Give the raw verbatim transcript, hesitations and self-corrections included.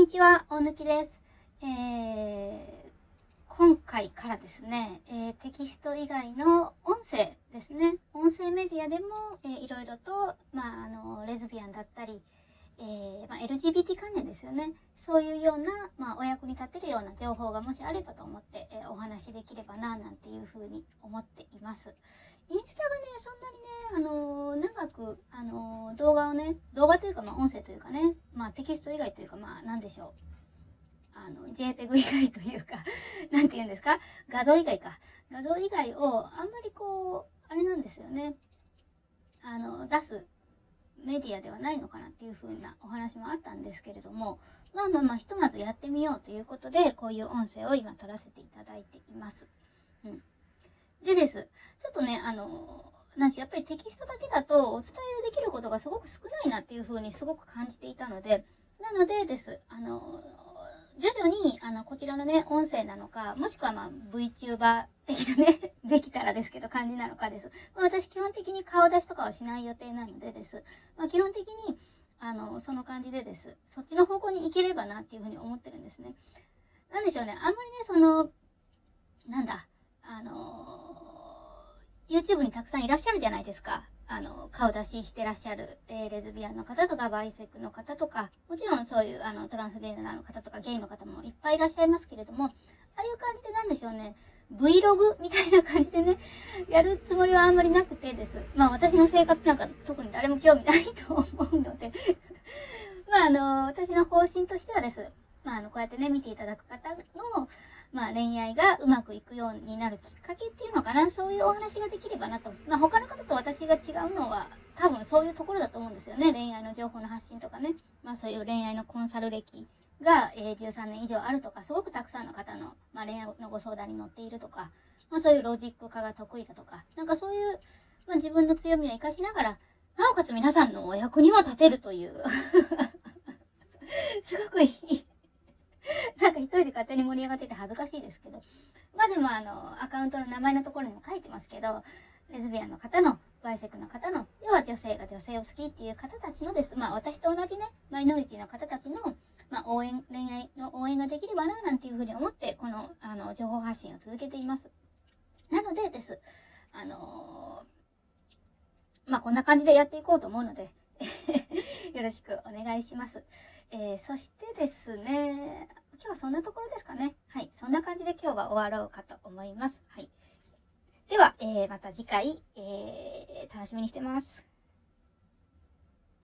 にちは、大貫です。えー、今回からですね、えー、テキスト以外の音声ですね、音声メディアでも、えー、いろいろと、まあ、あの、レズビアンだったり、えーまあ、エルジービーティー 関連ですよね。そういうような、まあ、お役に立てるような情報がもしあればと思って、えー、お話しできればな、なんていうふうに思っています。インスタがね、そんなにね、あのー、長く、あのー、動画をね、動画というか、まあ、音声というかね、まあ、テキスト以外というか、まあ、なんでしょう。あの、ジェイペグ 以外というか、なんて言うんですか、画像以外か。画像以外を、あんまりこう、あれなんですよね。あの、出すメディアではないのかなっていう風なお話もあったんですけれども、まあまあまあ、ひとまずやってみようということで、こういう音声を今取らせていただいています。うん。でです。ちょっとね、あの、なんし、やっぱりテキストだけだとお伝えできることがすごく少ないなっていう風にすごく感じていたので、なのでです。あの、徐々に、あの、こちらのね、音声なのか、もしくはまあ、VTuber 的なね、できたらですけど、感じなのかです。まあ、私、基本的に顔出しとかはしない予定なのでです。まあ、基本的に、あの、その感じでです。そっちの方向に行ければなっていうふうに思ってるんですね。なんでしょうね、あんまりね、その、なんだ、あの、YouTube にたくさんいらっしゃるじゃないですか。あの、顔出ししてらっしゃる、えー、レズビアンの方とか、バイセクの方とか、もちろんそういう、あの、トランスジェンダーの方とか、ゲイの方もいっぱいいらっしゃいますけれども、ああいう感じでなんでしょうね、Vlog みたいな感じでね、やるつもりはあんまりなくてです。まあ、私の生活なんか特に誰も興味ないと思うのでまあ、あの、私の方針としてはです。まあ、あの、こうやってね、見ていただく方の、まあ、恋愛がうまくいくようになるきっかけっていうのかな、そういうお話ができればなと。まあ、他の方と私が違うのは、多分そういうところだと思うんですよね。恋愛の情報の発信とかね。まあ、そういう恋愛のコンサル歴が、えー、じゅうさんねん以上あるとか、すごくたくさんの方の、まあ、恋愛のご相談に乗っているとか、まあ、そういうロジック化が得意だとか、なんかそういう、まあ、自分の強みを活かしながら、なおかつ皆さんのお役にも立てるというすごくいいなんか一人で勝手に盛り上がってて恥ずかしいですけど。まあでもあの、アカウントの名前のところにも書いてますけど、レズビアンの方の、バイセクの方の、要は女性が女性を好きっていう方たちのです。まあ私と同じね、マイノリティの方たちの、まあ応援、恋愛の応援ができればな、なんていうふうに思って、この、あの、情報発信を続けています。なのでです。あのー、まあこんな感じでやっていこうと思うので、よろしくお願いします。えー、そしてですね、今日はそんなところですかね。はい。そんな感じで今日は終わろうかと思います。はい。では、えー、また次回、えー、楽しみにしてます。